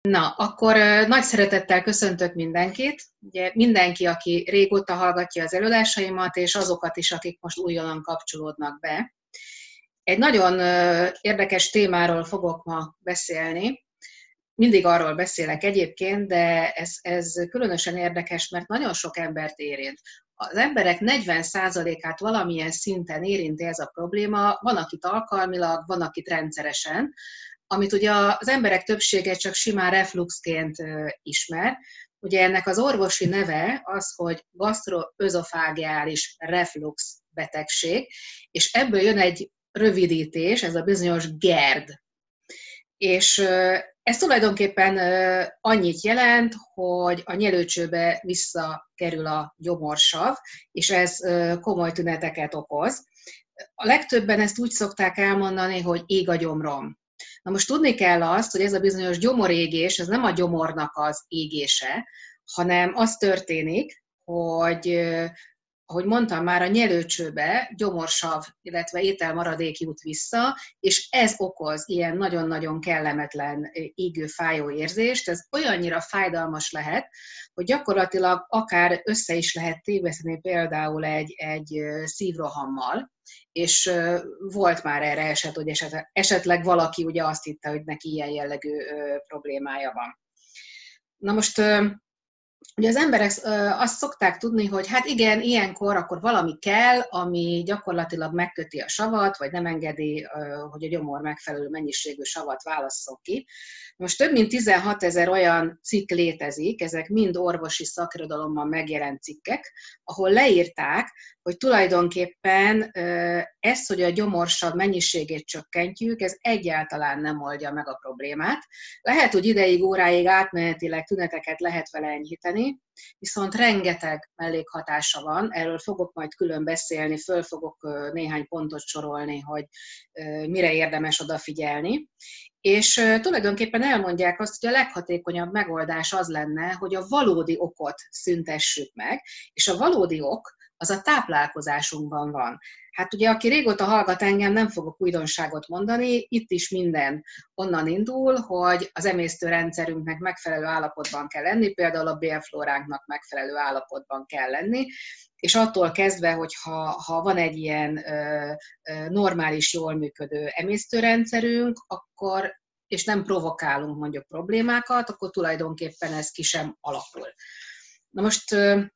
Na, akkor nagy szeretettel köszöntök mindenkit. Ugye mindenki, aki régóta hallgatja az előadásaimat, és azokat is, akik most újonnan kapcsolódnak be. Egy nagyon érdekes témáról fogok ma beszélni. Mindig arról beszélek egyébként, de ez különösen érdekes, mert nagyon sok embert érint. Az emberek 40%-át valamilyen szinten érinti ez a probléma, van, akit alkalmilag, van, akit rendszeresen, amit ugye az emberek többsége csak simán refluxként ismer. Ugye ennek az orvosi neve az, hogy gastroözofágiális reflux betegség, és ebből jön egy rövidítés, ez a bizonyos GERD. És ez tulajdonképpen annyit jelent, hogy a nyelőcsőbe visszakerül a gyomorsav, és ez komoly tüneteket okoz. A legtöbben ezt úgy szokták elmondani, hogy ég a gyomrom. Na most tudni kell azt, hogy ez a bizonyos gyomorégés, ez nem a gyomornak az égése, hanem az történik, hogy ahogy mondtam már, a nyelőcsőbe gyomorsav, illetve ételmaradék jut vissza, és ez okoz ilyen nagyon-nagyon kellemetlen égő, fájó érzést. Ez olyannyira fájdalmas lehet, hogy gyakorlatilag akár össze is lehet téveszteni például egy szívrohammal, és volt már erre eset, hogy esetleg valaki ugye azt hitte, hogy neki ilyen jellegű problémája van. Na most ugye az emberek azt szokták tudni, hogy hát igen, ilyenkor akkor valami kell, ami gyakorlatilag megköti a savat, vagy nem engedi, hogy a gyomor megfelelő mennyiségű savat válasszon ki. Most több mint 16 000 olyan cikk létezik, ezek mind orvosi szakirodalomban megjelent cikkek, ahol leírták, hogy tulajdonképpen ez, hogy a gyomorsav mennyiségét csökkentjük, ez egyáltalán nem oldja meg a problémát. Lehet, hogy ideig, óráig átmenetileg tüneteket lehet vele enyhíteni, viszont rengeteg mellékhatása van, erről fogok majd külön beszélni, föl fogok néhány pontot sorolni, hogy mire érdemes odafigyelni. És tulajdonképpen elmondják azt, hogy a leghatékonyabb megoldás az lenne, hogy a valódi okot szüntessük meg, és a valódi ok az a táplálkozásunkban van. Hát ugye, aki régóta hallgat engem, nem fogok újdonságot mondani, itt is minden onnan indul, hogy az emésztőrendszerünknek megfelelő állapotban kell lenni, például a bélflóránknak megfelelő állapotban kell lenni, és attól kezdve, hogy ha van egy ilyen normális, jól működő emésztőrendszerünk, akkor, és nem provokálunk mondjuk problémákat, akkor tulajdonképpen ez ki sem alakul. Na most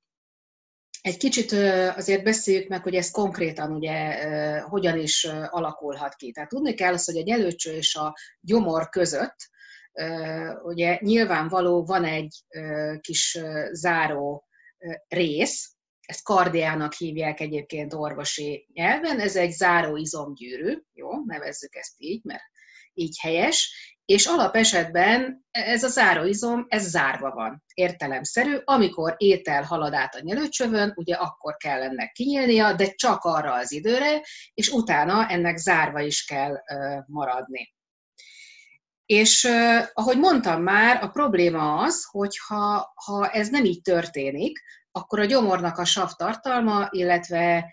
egy kicsit azért beszéljük meg, hogy ez konkrétan ugye hogyan is alakulhat ki. Tehát tudni kell azt, hogy a nyelőcső és a gyomor között ugye nyilvánvaló van egy kis záró rész, ezt kardiának hívják egyébként orvosi nyelven, ez egy záró izomgyűrű, jó, nevezzük ezt így, mert így helyes, és alapesetben ez a záróizom, ez zárva van, értelemszerű, amikor étel halad át a nyelőcsövön, ugye akkor kell ennek kinyílnia, de csak arra az időre, és utána ennek zárva is kell maradni. És ahogy mondtam már, a probléma az, hogy ha ez nem így történik, akkor a gyomornak a sav tartalma, illetve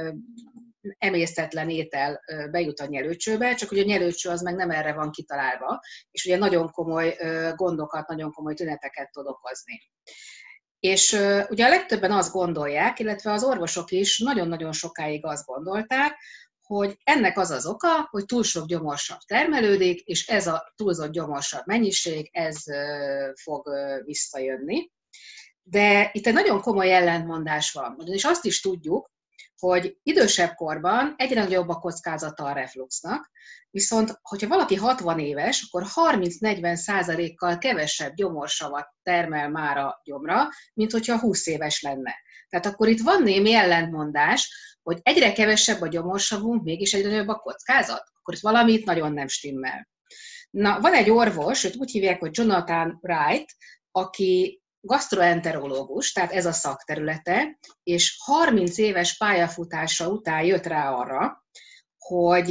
emésztetlen étel bejut a nyelőcsőbe, csak ugye a nyelőcső az meg nem erre van kitalálva, és ugye nagyon komoly gondokat, nagyon komoly tüneteket tud okozni. És ugye a legtöbben azt gondolják, illetve az orvosok is nagyon-nagyon sokáig azt gondolták, hogy ennek az az oka, hogy túl sok gyomorsav termelődik, és ez a túlzott gyomorsav mennyiség, ez fog visszajönni. De itt egy nagyon komoly ellentmondás van, ugyanis azt is tudjuk, hogy idősebb korban egyre nagyobb a kockázata a refluxnak, viszont hogyha valaki 60 éves, akkor 30-40%-kal kevesebb gyomorsavat termel már a gyomra, mint hogyha 20 éves lenne. Tehát akkor itt van némi ellentmondás, hogy egyre kevesebb a gyomorsavunk, mégis egyre nagyobb a kockázat, akkor itt valamit nagyon nem stimmel. Na, van egy orvos, őt úgy hívják, hogy Jonathan Wright, aki gastroenterológus, tehát ez a szakterülete, és 30 éves pályafutása után jött rá arra, hogy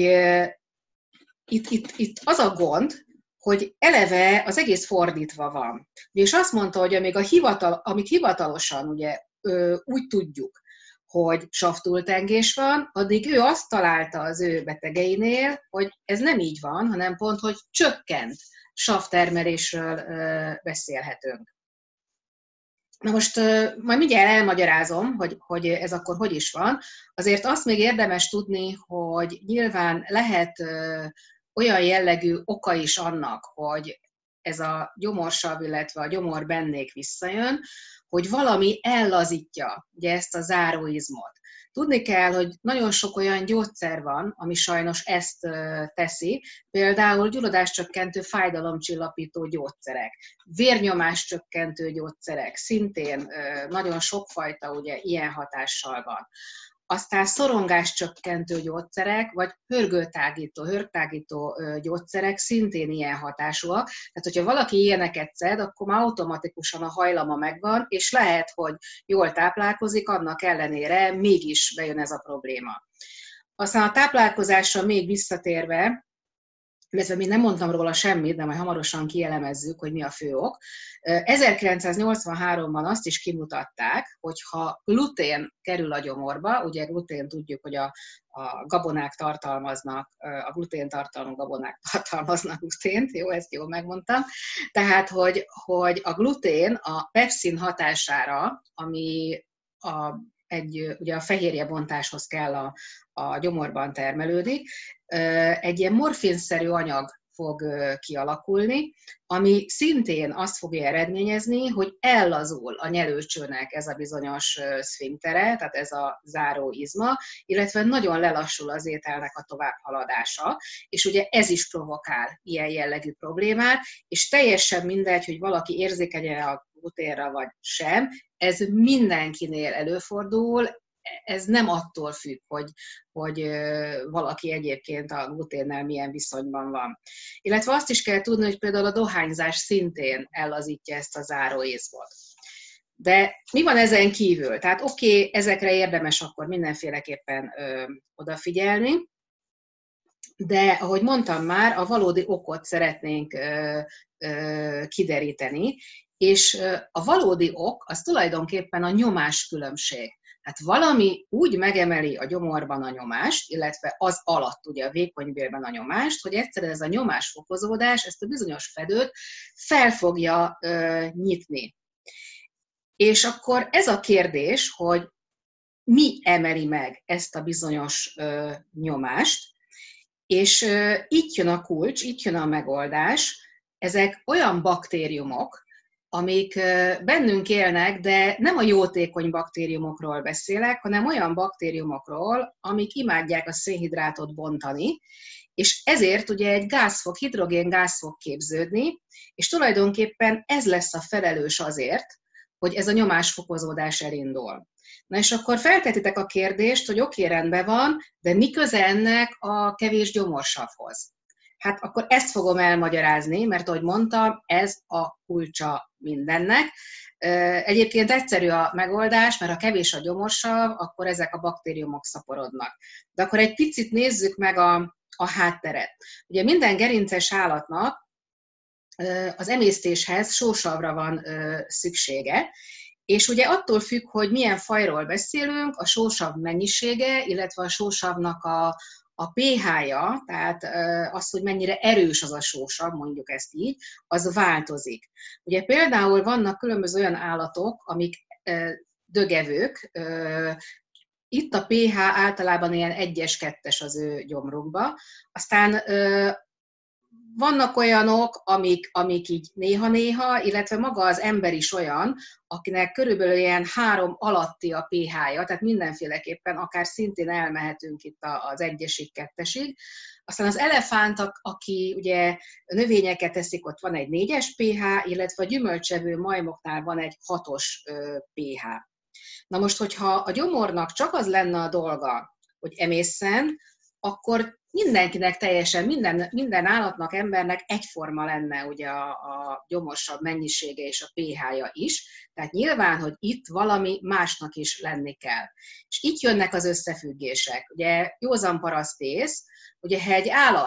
itt az a gond, hogy eleve az egész fordítva van. És azt mondta, hogy amíg amit hivatalosan ugye, úgy tudjuk, hogy savtúltengés van, addig ő azt találta az ő betegeinél, hogy ez nem így van, hanem pont, hogy csökkent savtermelésről beszélhetünk. Na most majd mindjárt elmagyarázom, hogy ez akkor hogy is van. Azért azt még érdemes tudni, hogy nyilván lehet olyan jellegű oka is annak, hogy ez a gyomorsav, illetve a gyomorbennék visszajön, hogy valami ellazítja ugye ezt a záróizmot. Tudni kell, hogy nagyon sok olyan gyógyszer van, ami sajnos ezt teszi, például gyulladáscsökkentő, fájdalomcsillapító gyógyszerek, vérnyomáscsökkentő gyógyszerek, szintén nagyon sokfajta ugye ilyen hatással van. Aztán szorongáscsökkentő gyógyszerek, vagy hörgtágító gyógyszerek szintén ilyen hatásúak. Tehát, hogyha valaki ilyeneket szed, akkor már automatikusan a hajlama megvan, és lehet, hogy jól táplálkozik, annak ellenére mégis bejön ez a probléma. Aztán a táplálkozásra még visszatérve, illetve még nem mondtam róla semmit, de majd hamarosan kielemezzük, hogy mi a fő ok. 1983-ban azt is kimutatták, hogy ha glutén kerül a gyomorba, ugye glutén tudjuk, hogy a gabonák tartalmaznak, a gluténtartalmú gabonák tartalmaznak glutént, jó, ezt jól megmondtam, tehát, hogy a glutén a pepszin hatására, ami ugye a fehérjebontáshoz kell a gyomorban termelődik, egy ilyen morfinszerű anyag fog kialakulni, ami szintén azt fogja eredményezni, hogy ellazul a nyelőcsőnek ez a bizonyos szfinktere, tehát ez a záróizma, illetve nagyon lelassul az ételnek a továbbhaladása, és ugye ez is provokál ilyen jellegű problémát, és teljesen mindegy, hogy valaki érzékeny a gluténra vagy sem, ez mindenkinél előfordul, ez nem attól függ, hogy valaki egyébként a gluténnel milyen viszonyban van. Illetve azt is kell tudni, hogy például a dohányzás szintén ellazítja ezt a záróizmot. De mi van ezen kívül? Tehát oké, ezekre érdemes akkor mindenféleképpen odafigyelni, de ahogy mondtam már, a valódi okot szeretnénk kideríteni, és a valódi ok az tulajdonképpen a nyomáskülönbség. Hát valami úgy megemeli a gyomorban a nyomást, illetve az alatt ugye a vékonybélben a nyomást, hogy egyszerűen ez a nyomásfokozódás, ezt a bizonyos fedőt fel fogja nyitni. És akkor ez a kérdés, hogy mi emeli meg ezt a bizonyos nyomást, és itt jön a kulcs, itt jön a megoldás, ezek olyan baktériumok, amik bennünk élnek, de nem a jótékony baktériumokról beszélek, hanem olyan baktériumokról, amik imádják a szénhidrátot bontani, és ezért ugye egy hidrogéngáz fog képződni, és tulajdonképpen ez lesz a felelős azért, hogy ez a nyomásfokozódás elindul. Na és akkor feltetitek a kérdést, hogy oké, rendben van, de mi köze ennek a kevés gyomorsavhoz? Hát akkor ezt fogom elmagyarázni, mert ahogy mondtam, ez a kulcsa mindennek. Egyébként egyszerű a megoldás, mert ha kevés a gyomorsav, akkor ezek a baktériumok szaporodnak. De akkor egy picit nézzük meg a hátteret. Ugye minden gerinces állatnak az emésztéshez sósavra van szüksége, és ugye attól függ, hogy milyen fajról beszélünk, a sósav mennyisége, illetve a sósavnak a pH-ja, tehát az, hogy mennyire erős az a sósav, mondjuk ezt így, az változik. Ugye például vannak különböző olyan állatok, amik dögevők, itt a pH általában ilyen 1-es, 2-es az ő gyomrukba, aztán vannak olyanok, amik így néha-néha, illetve maga az ember is olyan, akinek körülbelül ilyen 3 alatti a pH-ja, tehát mindenféleképpen akár szintén elmehetünk itt az 1-esig, 2-esig. Aztán az elefánt, aki ugye növényeket eszik, ott van egy 4-es pH, illetve a gyümölcsevő majmoknál van egy 6-os pH. Na most, hogyha a gyomornak csak az lenne a dolga, hogy emészen, akkor mindenkinek teljesen, minden állatnak, embernek egyforma lenne ugye a gyomorsav mennyisége és a pH-ja is, tehát nyilván, hogy itt valami másnak is lenni kell. És itt jönnek az összefüggések. Ugye józan paraszt ész, ugye ha egy állat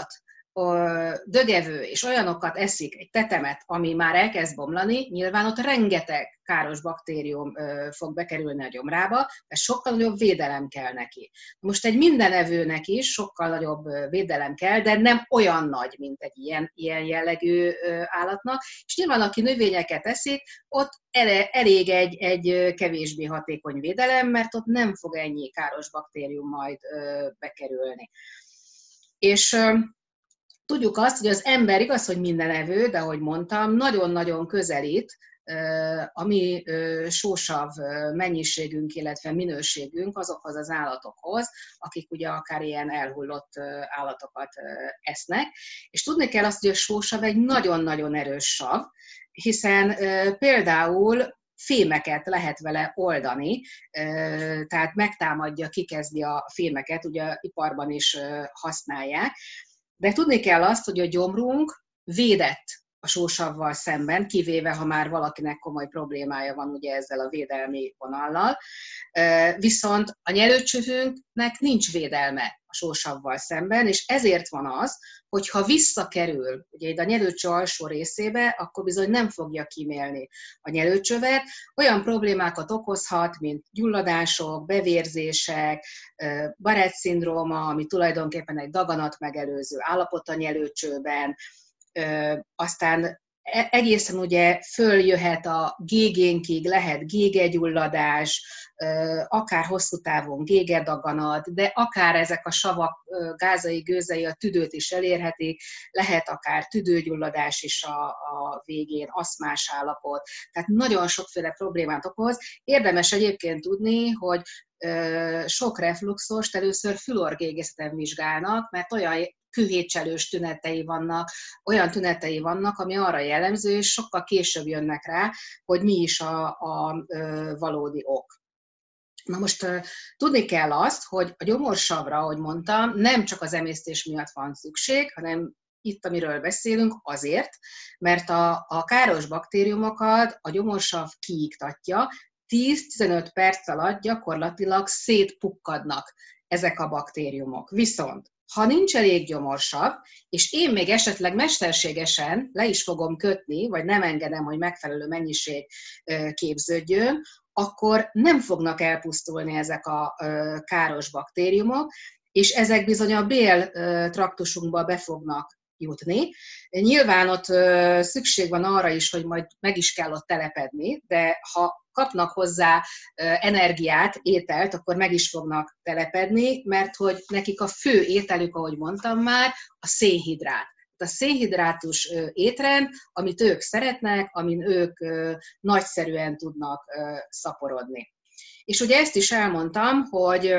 dögevő és olyanokat eszik, egy tetemet, ami már elkezd bomlani, nyilván ott rengeteg káros baktérium fog bekerülni a gyomrába, mert sokkal nagyobb védelem kell neki. Most egy mindenevőnek is sokkal nagyobb védelem kell, de nem olyan nagy, mint egy ilyen jellegű állatnak. És nyilván, aki növényeket eszik, ott elég egy kevésbé hatékony védelem, mert ott nem fog ennyi káros baktérium majd bekerülni. És tudjuk azt, hogy az ember igaz, hogy mindenevő, de ahogy mondtam, nagyon-nagyon közelít a mi sósav mennyiségünk, illetve minőségünk azokhoz az állatokhoz, akik ugye akár ilyen elhullott állatokat esznek. És tudni kell azt, hogy a sósav egy nagyon-nagyon erős sav, hiszen például fémeket lehet vele oldani, tehát megtámadja, kikezdi a fémeket, ugye iparban is használják. De tudni kell azt, hogy a gyomrunk védett a sósavval szemben, kivéve, ha már valakinek komoly problémája van ugye ezzel a védelmi vonallal. Viszont a nyelőcsövünknek nincs védelme a sósavval szemben, és ezért van az, hogy ha visszakerül ugye ide a nyelőcső alsó részébe, akkor bizony nem fogja kímélni a nyelőcsövet. Olyan problémákat okozhat, mint gyulladások, bevérzések, Barrett-szindróma, ami tulajdonképpen egy daganat megelőző állapot a nyelőcsőben, aztán egészen ugye följöhet a gégénkig, lehet gégegyulladás, akár hosszú távon gégedaganat, de akár ezek a savak, gázai, gőzei a tüdőt is elérhetik, lehet akár tüdőgyulladás is a végén, aszmás állapot, tehát nagyon sokféle problémát okoz. Érdemes egyébként tudni, hogy sok refluxost először fülorgégészeten vizsgálnak, mert olyan kőhétcselős tünetei vannak, olyan tünetei vannak, ami arra jellemző, és sokkal később jönnek rá, hogy mi is a valódi ok. Na most tudni kell azt, hogy a gyomorsavra, ahogy mondtam, nem csak az emésztés miatt van szükség, hanem itt, amiről beszélünk, azért, mert a káros baktériumokat a gyomorsav kiiktatja, 10-15 perc alatt gyakorlatilag szétpukkadnak ezek a baktériumok. Viszont ha nincs elég gyomorsav, és én még esetleg mesterségesen le is fogom kötni, vagy nem engedem, hogy megfelelő mennyiség képződjön, akkor nem fognak elpusztulni ezek a káros baktériumok, és ezek bizony a béltraktusunkba be fognak jutni. Nyilván ott szükség van arra is, hogy majd meg is kell ott telepedni, de ha kapnak hozzá energiát, ételt, akkor meg is fognak telepedni, mert hogy nekik a fő ételük, ahogy mondtam már, a szénhidrát. A szénhidrátus étrend, amit ők szeretnek, amin ők nagyszerűen tudnak szaporodni. És ugye ezt is elmondtam, hogy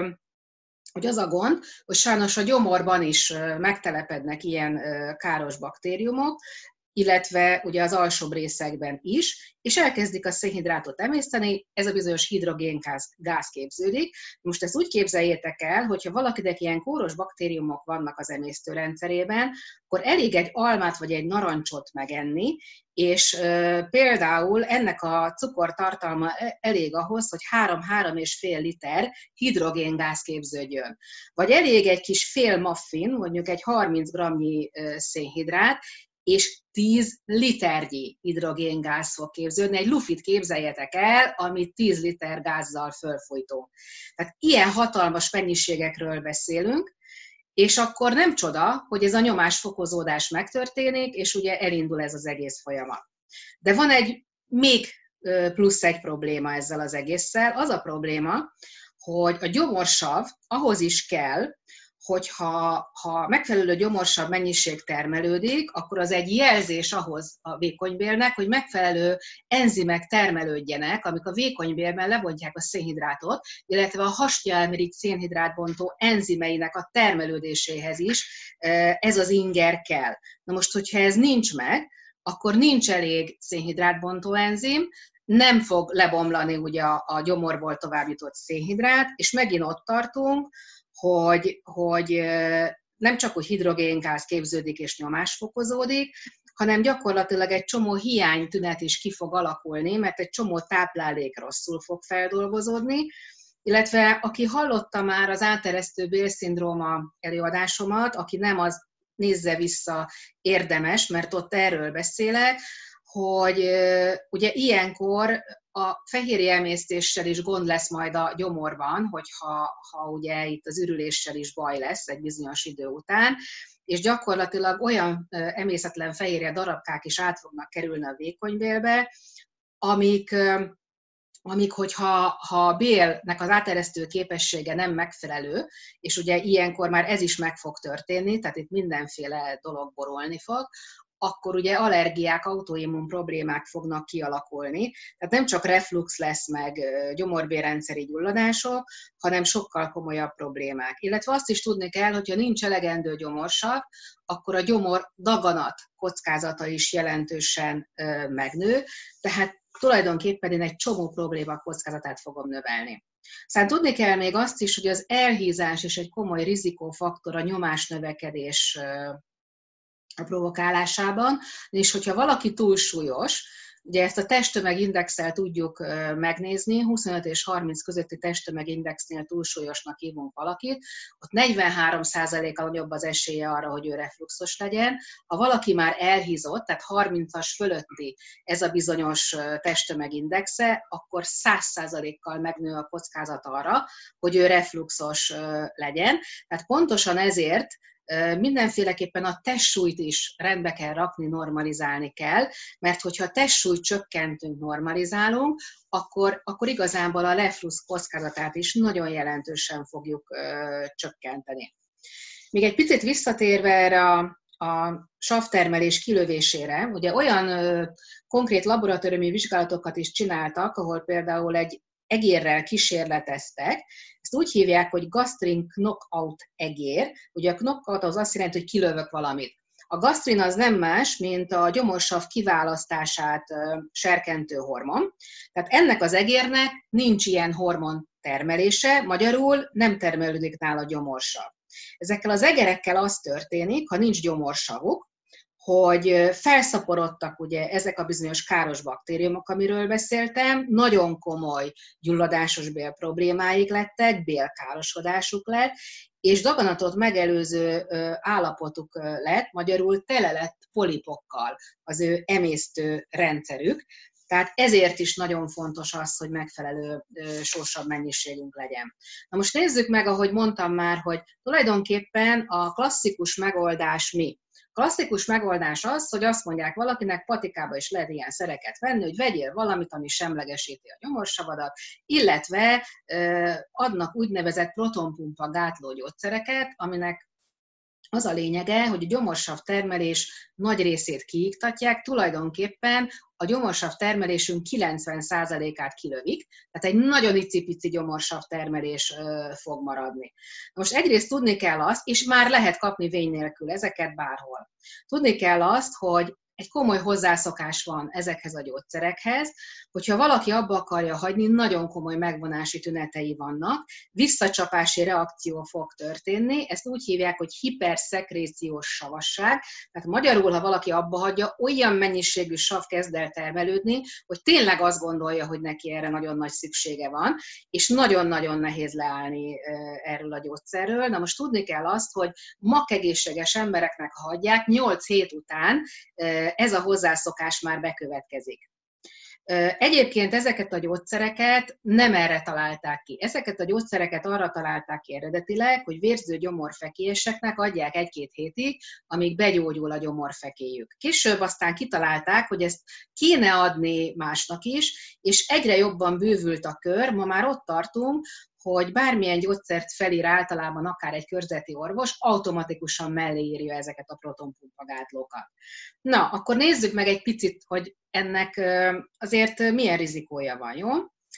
az a gond, hogy sajnos a gyomorban is megtelepednek ilyen káros baktériumok, illetve ugye az alsóbb részekben is, és elkezdik a szénhidrátot emészteni, ez a bizonyos hidrogéngáz képződik. Most ezt úgy képzeljétek el, hogyha valakinek ilyen kóros baktériumok vannak az emésztőrendszerében, akkor elég egy almát vagy egy narancsot megenni, és például ennek a cukortartalma elég ahhoz, hogy 3-3,5 liter hidrogéngáz képződjön. Vagy elég egy kis fél muffin, mondjuk egy 30 g-nyi szénhidrát, és 10 liternyi hidrogéngáz fog képződni. Egy lufit képzeljetek el, amit 10 liter gázzal fölfújtunk. Tehát ilyen hatalmas mennyiségekről beszélünk, és akkor nem csoda, hogy ez a nyomásfokozódás megtörténik, és ugye elindul ez az egész folyamat. De van még plusz egy probléma ezzel az egésszel. Az a probléma, hogy a gyomorsav ahhoz is kell, hogyha megfelelő gyomorsav mennyiség termelődik, akkor az egy jelzés ahhoz a vékonybélnek, hogy megfelelő enzimek termelődjenek, amik a vékonybélben lebontják a szénhidrátot, illetve a hastyaelmirigy szénhidrátbontó enzimeinek a termelődéséhez is ez az inger kell. Na most, hogyha ez nincs meg, akkor nincs elég szénhidrátbontó enzim, nem fog lebomlani ugye a gyomorból továbbjutott szénhidrát, és megint ott tartunk, hogy nem csak, hogy hidrogéngáz képződik és nyomás fokozódik, hanem gyakorlatilag egy csomó hiánytünet is ki fog alakulni, mert egy csomó táplálék rosszul fog feldolgozódni, illetve aki hallotta már az áteresztő bélszindróma előadásomat, aki nem az nézze vissza, érdemes, mert ott erről beszélek, hogy ugye ilyenkor a fehérje emésztéssel is gond lesz majd a gyomorban, hogyha ugye itt az ürüléssel is baj lesz egy bizonyos idő után, és gyakorlatilag olyan emészetlen fehérje darabkák is át fognak kerülni a vékonybélbe, amik hogyha a bélnek az áteresztő képessége nem megfelelő, és ugye ilyenkor már ez is meg fog történni, tehát itt mindenféle dolog borulni fog, akkor ugye allergiák, autoimmun problémák fognak kialakulni. Tehát nem csak reflux lesz meg gyomorbélrendszeri gyulladások, hanem sokkal komolyabb problémák. Illetve azt is tudni kell, hogyha nincs elegendő gyomorsav, akkor a gyomor daganat kockázata is jelentősen megnő, tehát tulajdonképpen én egy csomó probléma kockázatát fogom növelni. Szóval tudni kell még azt is, hogy az elhízás is egy komoly rizikófaktor a nyomásnövekedés a provokálásában, és hogyha valaki túlsúlyos, ugye ezt a testtömegindexel tudjuk megnézni, 25 és 30 közötti testtömegindexnél túlsúlyosnak hívunk valakit, ott 43%-kal nagyobb az esélye arra, hogy ő refluxos legyen. Ha valaki már elhízott, tehát 30-as fölötti ez a bizonyos testtömegindexe, akkor 100%-kal megnő a kockázat arra, hogy ő refluxos legyen. Tehát pontosan ezért mindenféleképpen a testsúlyt is rendbe kell rakni, normalizálni kell, mert hogyha testsúlyt csökkentünk, normalizálunk, akkor igazából a reflux kockázatát is nagyon jelentősen fogjuk csökkenteni. Még egy picit visszatérve erre a savtermelés kilövésére, ugye olyan konkrét laboratóriumi vizsgálatokat is csináltak, ahol például egy egérrel kísérleteztek, ezt úgy hívják, hogy gastrin knockout egér. Ugye a knockout az azt jelenti, hogy kilövök valamit. A gastrin az nem más, mint a gyomorsav kiválasztását serkentő hormon. Tehát ennek az egérnek nincs ilyen hormon termelése, magyarul nem termelődik nála gyomorsav. Ezekkel az egerekkel az történik, ha nincs gyomorsavuk, hogy felszaporodtak ugye ezek a bizonyos káros baktériumok, amiről beszéltem, nagyon komoly gyulladásos bélproblémáik lettek, bélkárosodásuk lett, és daganatot megelőző állapotuk lett, magyarul tele lett polipokkal az ő emésztő rendszerük. Tehát ezért is nagyon fontos az, hogy megfelelő sósabb mennyiségünk legyen. Na most nézzük meg, ahogy mondtam már, hogy tulajdonképpen a klasszikus megoldás mi? Klasszikus megoldás az, hogy azt mondják valakinek, patikába is lehet ilyen szereket venni, hogy vegyél valamit, ami semlegesíti a gyomorsavadat, illetve adnak úgynevezett protonpumpa gátló gyógyszereket, aminek az a lényege, hogy a gyomorsav termelés nagy részét kiiktatják, tulajdonképpen a gyomorsav termelésünk 90%-át kilövik, tehát egy nagyon icipici gyomorsav termelés fog maradni. Most egyrészt tudni kell azt, és már lehet kapni vény nélkül ezeket bárhol. Tudni kell azt, hogy egy komoly hozzászokás van ezekhez a gyógyszerekhez, hogyha valaki abba akarja hagyni, nagyon komoly megvonási tünetei vannak, visszacsapási reakció fog történni, ezt úgy hívják, hogy hiperszekréciós savasság, tehát magyarul, ha valaki abba hagyja, olyan mennyiségű sav kezd el termelődni, hogy tényleg azt gondolja, hogy neki erre nagyon nagy szüksége van, és nagyon-nagyon nehéz leállni erről a gyógyszerről. Na most tudni kell azt, hogy makegészséges embereknek hagyják, 8 hét után ez a hozzászokás már bekövetkezik. Egyébként ezeket a gyógyszereket nem erre találták ki. Ezeket a gyógyszereket arra találták ki eredetileg, hogy vérző gyomorfekélyeknek adják 1-2 hétig, amíg begyógyul a gyomorfekélyük. Később aztán kitalálták, hogy ezt kéne adni másnak is, és egyre jobban bővült a kör, ma már ott tartunk, hogy bármilyen gyógyszert felír általában akár egy körzeti orvos, automatikusan mellé írja ezeket a protonpumpagátlókat. Na, akkor nézzük meg egy picit, hogy ennek azért milyen rizikója van, jó?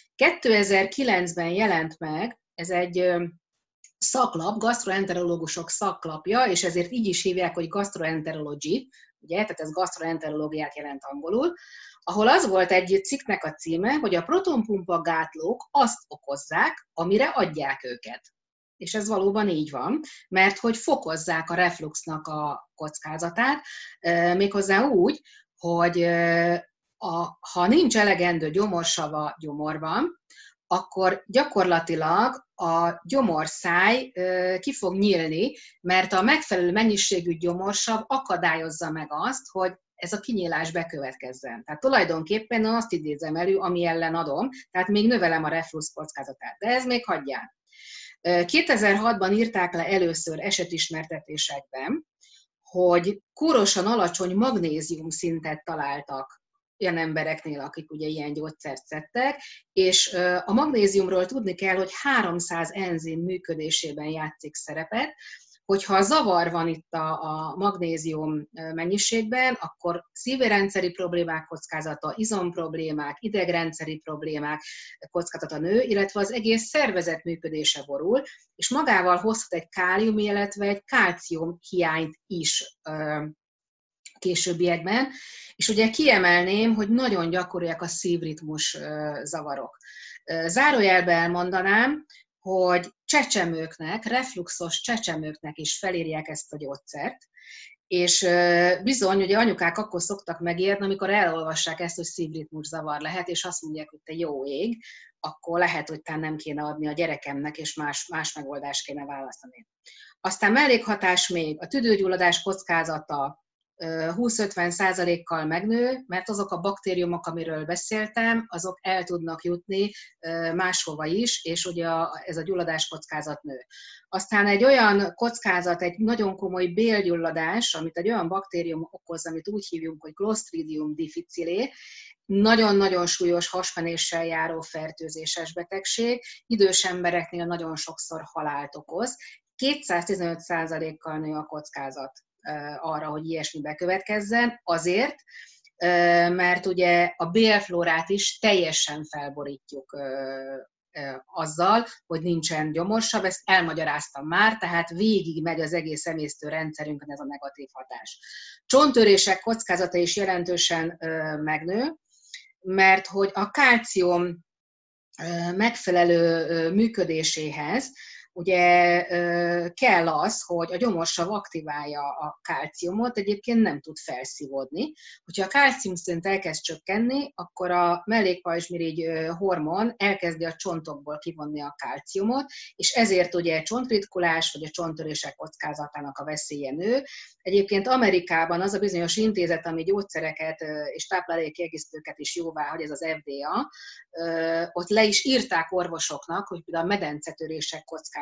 2009-ben jelent meg, ez egy szaklap, gastroenterológusok szaklapja, és ezért így is hívják, hogy gastroenterology, ugye, tehát ez gastroenterológiát jelent angolul, ahol az volt egy cikknek a címe, hogy a protonpumpa gátlók azt okozzák, amire adják őket. És ez valóban így van, mert hogy fokozzák a refluxnak a kockázatát, méghozzá úgy, hogy ha nincs elegendő gyomorsava gyomorban, akkor gyakorlatilag a gyomorszáj ki fog nyílni, mert a megfelelő mennyiségű gyomorsav akadályozza meg azt, hogy ez a kinyílás bekövetkezzen. Tehát tulajdonképpen azt idézem elő, ami ellen adom, tehát még növelem a reflux kockázatát. De ez még hagyján. 2006-ban írták le először esetismertetésekben, hogy kórosan alacsony magnézium szintet találtak olyan embereknél, akik ugye ilyen gyógyszert szedtek, és a magnéziumról tudni kell, hogy 300 enzim működésében játszik szerepet, hogyha zavar van itt a magnézium mennyiségben, akkor szívérendszeri problémák kockázata, izomproblémák, idegrendszeri problémák kockázata nő, illetve az egész szervezet működése borul, és magával hozhat egy kálium, illetve egy kálcium hiányt is későbbiekben. És ugye kiemelném, hogy nagyon gyakoriak a szívritmus zavarok. Zárójelben elmondanám, hogy csecsemőknek, refluxos csecsemőknek is felírják ezt a gyógyszert, és bizony, ugye anyukák akkor szoktak megérni, amikor elolvassák ezt, hogy szívritmus zavar lehet, és azt mondják, hogy te jó ég, akkor lehet, hogy talán nem kéne adni a gyerekemnek, és más megoldást kéne választani. Aztán mellékhatás még, a tüdőgyulladás kockázata 20-50%-kal megnő, mert azok a baktériumok, amiről beszéltem, azok el tudnak jutni máshova is, és ugye ez a gyulladás kockázat nő. Aztán egy olyan kockázat, egy nagyon komoly bélgyulladás, amit egy olyan baktérium okoz, amit úgy hívjuk, hogy Clostridium difficile, nagyon-nagyon súlyos hasmenéssel járó fertőzéses betegség, idős embereknél nagyon sokszor halált okoz, 215%-kal nő a kockázat arra, hogy ilyesmi bekövetkezzen, azért, mert ugye a bélflórát is teljesen felborítjuk azzal, hogy nincsen gyomorsav, ezt elmagyaráztam már, tehát végig megy az egész emésztőrendszerünkön ez a negatív hatás. Csonttörések kockázata is jelentősen megnő, mert hogy a kálcium megfelelő működéséhez ugye kell az, hogy a gyomorsav aktiválja a kálciumot, egyébként nem tud felszívódni. Hogyha a kálciumszint elkezd csökkenni, akkor a mellékpajzsmirigy hormon elkezdi a csontokból kivonni a kálciumot, és ezért ugye csontritkulás vagy a csonttörések kockázatának a veszélye nő. Egyébként Amerikában az a bizonyos intézet, ami gyógyszereket és táplálékkiegészítőket is jóváhagy, ez az FDA, ott le is írták orvosoknak, hogy például a medencetörések kockázata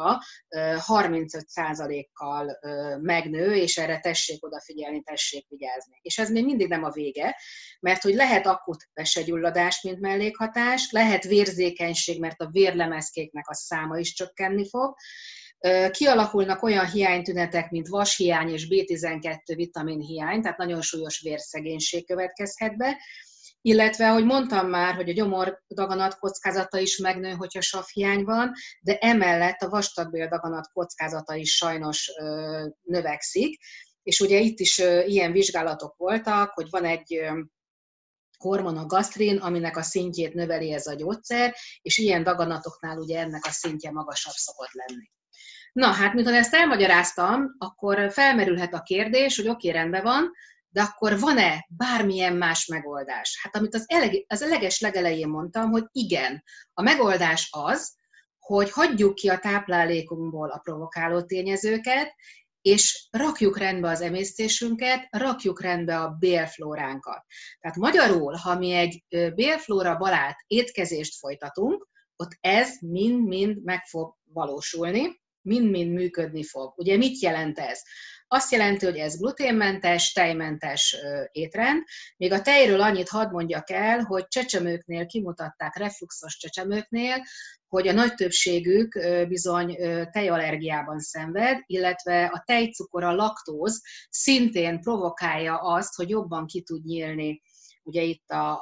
35%-kal megnő, és erre tessék odafigyelni, tessék vigyázni. És ez még mindig nem a vége, mert hogy lehet akut vesegyulladás, mint mellékhatás, lehet vérzékenység, mert a vérlemezkéknek a száma is csökkenni fog, kialakulnak olyan hiánytünetek, mint vashiány és B12 vitaminhiány, tehát nagyon súlyos vérszegénység következhet be, illetve, ahogy mondtam már, hogy a gyomordaganat kockázata is megnő, hogyha savhiány van, de emellett a vastagbéldaganat kockázata is sajnos növekszik, és ugye itt is ilyen vizsgálatok voltak, hogy van egy hormon, a gasztrin, aminek a szintjét növeli ez a gyógyszer, és ilyen daganatoknál ugye ennek a szintje magasabb szokott lenni. Na, hát miután ezt elmagyaráztam, akkor felmerülhet a kérdés, hogy oké, rendben van, de akkor van-e bármilyen más megoldás? Hát amit az legelején mondtam, hogy igen. A megoldás az, hogy hagyjuk ki a táplálékunkból a provokáló tényezőket, és rakjuk rendbe az emésztésünket, rakjuk rendbe a bélflóránkat. Tehát magyarul, ha mi egy bélflóra barát étkezést folytatunk, ott ez mind-mind meg fog valósulni, mind-mind működni fog. Ugye mit jelent ez? Azt jelenti, hogy ez gluténmentes, tejmentes étrend. Még a tejről annyit hadd mondjak el, hogy csecsemőknél kimutatták, refluxos csecsemőknél, hogy a nagy többségük bizony tejallergiában szenved, illetve a tejcukor, a laktóz szintén provokálja azt, hogy jobban ki tud nyílni ugye itt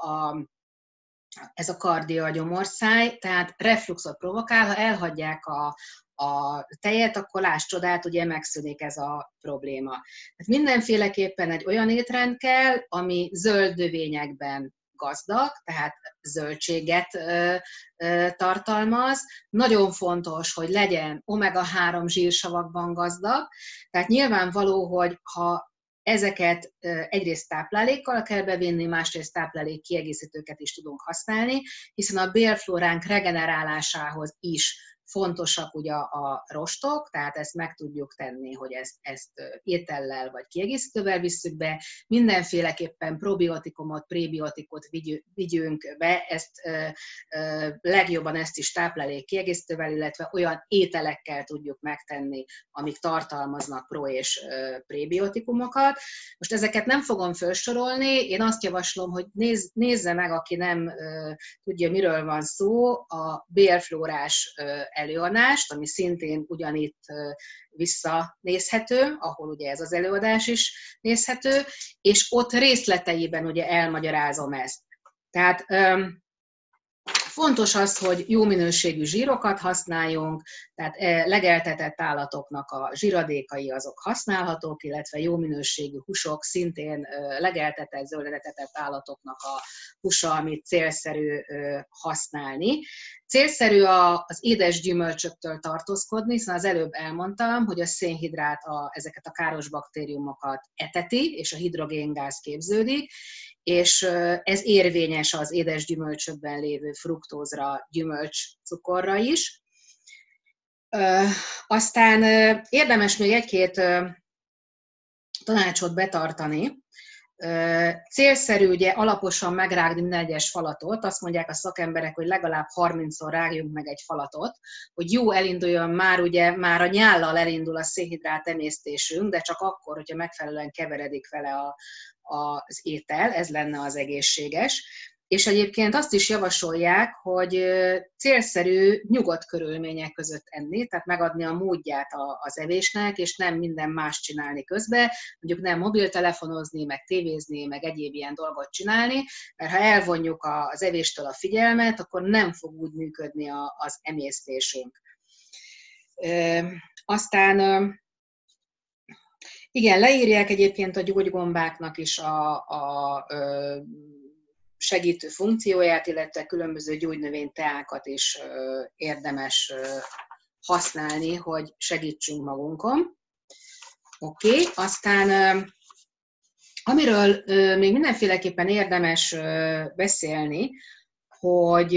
ez a kardia, a gyomorszáj, tehát refluxot provokál, ha elhagyják a tejet, akkor láss csodát, ugye megszűnik ez a probléma. Tehát mindenféleképpen egy olyan étrend kell, ami zöld növényekben gazdag, tehát zöldséget tartalmaz. Nagyon fontos, hogy legyen omega-3 zsírsavakban gazdag, tehát nyilvánvaló, hogy ha ezeket egyrészt táplálékkal kell bevinni, másrészt táplálék kiegészítőket is tudunk használni, hiszen a bélflóránk regenerálásához is fontosak ugye a rostok, tehát ezt meg tudjuk tenni, hogy ezt étellel vagy kiegészítővel visszük be. Mindenféleképpen probiotikumot, prébiotikot vigyünk be, legjobban ezt is táplálék kiegészítővel, illetve olyan ételekkel tudjuk megtenni, amik tartalmaznak pro- és prébiotikumokat. Most ezeket nem fogom felsorolni, én azt javaslom, hogy nézze meg, aki nem tudja, miről van szó, a bélflórás előadást, ami szintén ugyanitt visszanézhető, ahol ugye ez az előadás is nézhető, és ott részleteiben ugye elmagyarázom ezt. Tehát fontos az, hogy jó minőségű zsírokat használjunk, tehát legeltetett állatoknak a zsíradékai azok használhatók, illetve jó minőségű húsok, szintén legeltetett, zöldetetett állatoknak a húsa, amit célszerű használni. Célszerű az édes gyümölcsöktől tartózkodni, hiszen az előbb elmondtam, hogy a szénhidrát ezeket a káros baktériumokat eteti, és a hidrogéngáz képződik, és ez érvényes az édes gyümölcsökben lévő fruktózra, gyümölcscukorra is. Aztán érdemes még egy-két tanácsot betartani. Célszerű ugye alaposan megrágni minden egyes falatot, azt mondják a szakemberek, hogy legalább 30-szor rágjunk meg egy falatot, hogy jó elinduljon már a nyállal elindul a szénhidrát emésztésünk, de csak akkor, hogyha megfelelően keveredik vele az étel, ez lenne az egészséges. És egyébként azt is javasolják, hogy célszerű nyugodt körülmények között enni, tehát megadni a módját az evésnek, és nem minden más csinálni közben, mondjuk nem mobiltelefonozni, meg tévézni, meg egyéb ilyen dolgot csinálni, mert ha elvonjuk az evéstől a figyelmet, akkor nem fog úgy működni az emésztésünk. Aztán igen, leírják egyébként a gyógygombáknak is a segítő funkcióját, illetve különböző gyógynövényteákat is érdemes használni, hogy segítsünk magunkon. Oké, aztán amiről még mindenféleképpen érdemes beszélni, hogy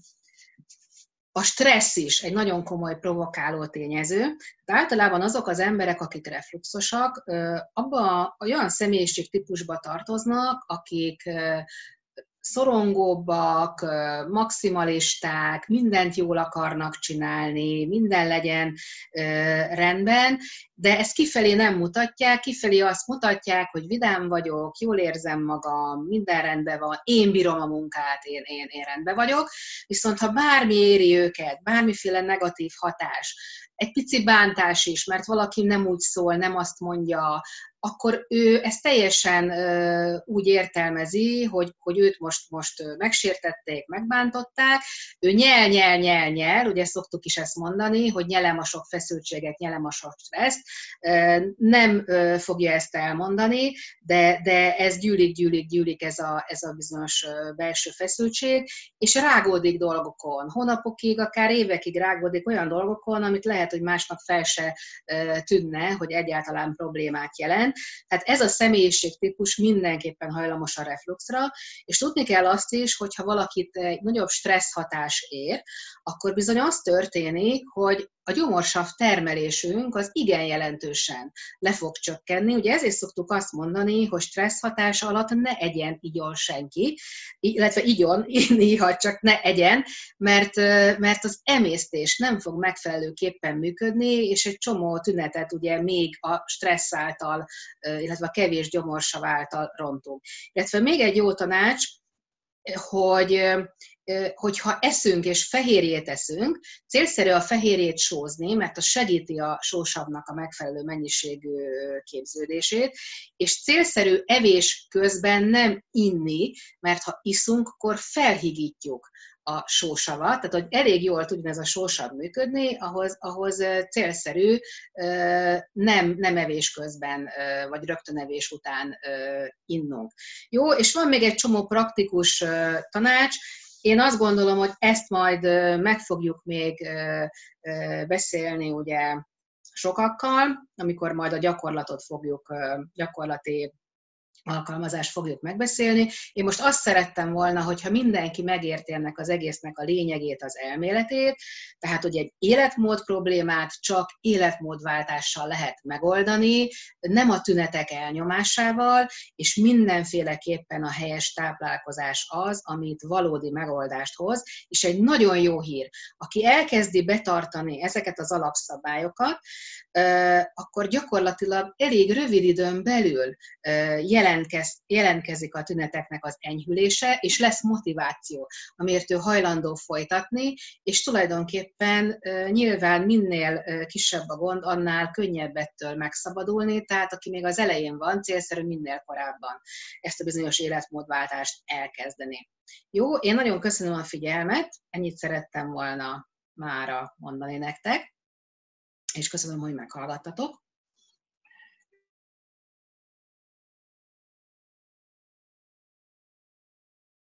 a stressz is egy nagyon komoly provokáló tényező. De általában azok az emberek, akik refluxosak, abban olyan személyiségtípusba tartoznak, akik szorongóbbak, maximalisták, mindent jól akarnak csinálni, minden legyen rendben, de ezt kifelé nem mutatják, kifelé azt mutatják, hogy vidám vagyok, jól érzem magam, minden rendben van, én bírom a munkát, én rendben vagyok, viszont ha bármi éri őket, bármiféle negatív hatás, egy pici bántás is, mert valaki nem úgy szól, nem azt mondja, akkor ő ezt teljesen úgy értelmezi, hogy őt most megsértették, megbántották, ő nyel, ugye szoktuk is ezt mondani, hogy nyelem a sok feszültséget, nyelem a sok stresszt, nem fogja ezt elmondani, de ez gyűlik ez a bizonyos belső feszültség, és rágódik dolgokon, hónapokig, akár évekig rágódik olyan dolgokon, amit lehet, hogy másnak fel se tűnne, hogy egyáltalán problémát jelent. Tehát ez a személyiségtípus mindenképpen hajlamos a refluxra, és tudni kell azt is, hogyha valakit egy nagyobb stressz hatás ér, akkor bizony az történik, hogy a gyomorsav termelésünk az igen jelentősen le fog csökkenni. Ugye ezért szoktuk azt mondani, hogy stressz hatás alatt ne igyon senki, illetve néha csak ne egyen, mert az emésztés nem fog megfelelőképpen működni, és egy csomó tünetet ugye még a stressz által, illetve a kevés gyomorsav által rontunk. Illetve még egy jó tanács, hogyha eszünk és fehérjét eszünk, célszerű a fehérjét sózni, mert az segíti a sósavnak a megfelelő mennyiségű képződését, és célszerű evés közben nem inni, mert ha iszunk, akkor felhigítjuk a sósavat, tehát hogy elég jól tudjon ez a sósav működni, ahhoz célszerű nem evés közben, vagy rögtön evés után innunk. Jó, és van még egy csomó praktikus tanács. Én azt gondolom, hogy ezt majd meg fogjuk még beszélni ugye sokakkal, amikor majd a gyakorlati alkalmazást fogjuk megbeszélni. Én most azt szerettem volna, hogyha mindenki megérti ennek az egésznek a lényegét, az elméletét, tehát, hogy egy életmód problémát csak életmódváltással lehet megoldani, nem a tünetek elnyomásával, és mindenféleképpen a helyes táplálkozás az, amit valódi megoldást hoz, és egy nagyon jó hír, aki elkezdi betartani ezeket az alapszabályokat, akkor gyakorlatilag elég rövid időn belül jelentkezik a tüneteknek az enyhülése, és lesz motiváció, amiért ő hajlandó folytatni, és tulajdonképpen nyilván minél kisebb a gond, annál könnyebb ettől megszabadulni, tehát aki még az elején van, célszerű minél korábban ezt a bizonyos életmódváltást elkezdeni. Jó, én nagyon köszönöm a figyelmet, ennyit szerettem volna mára mondani nektek, és köszönöm, hogy meghallgattatok.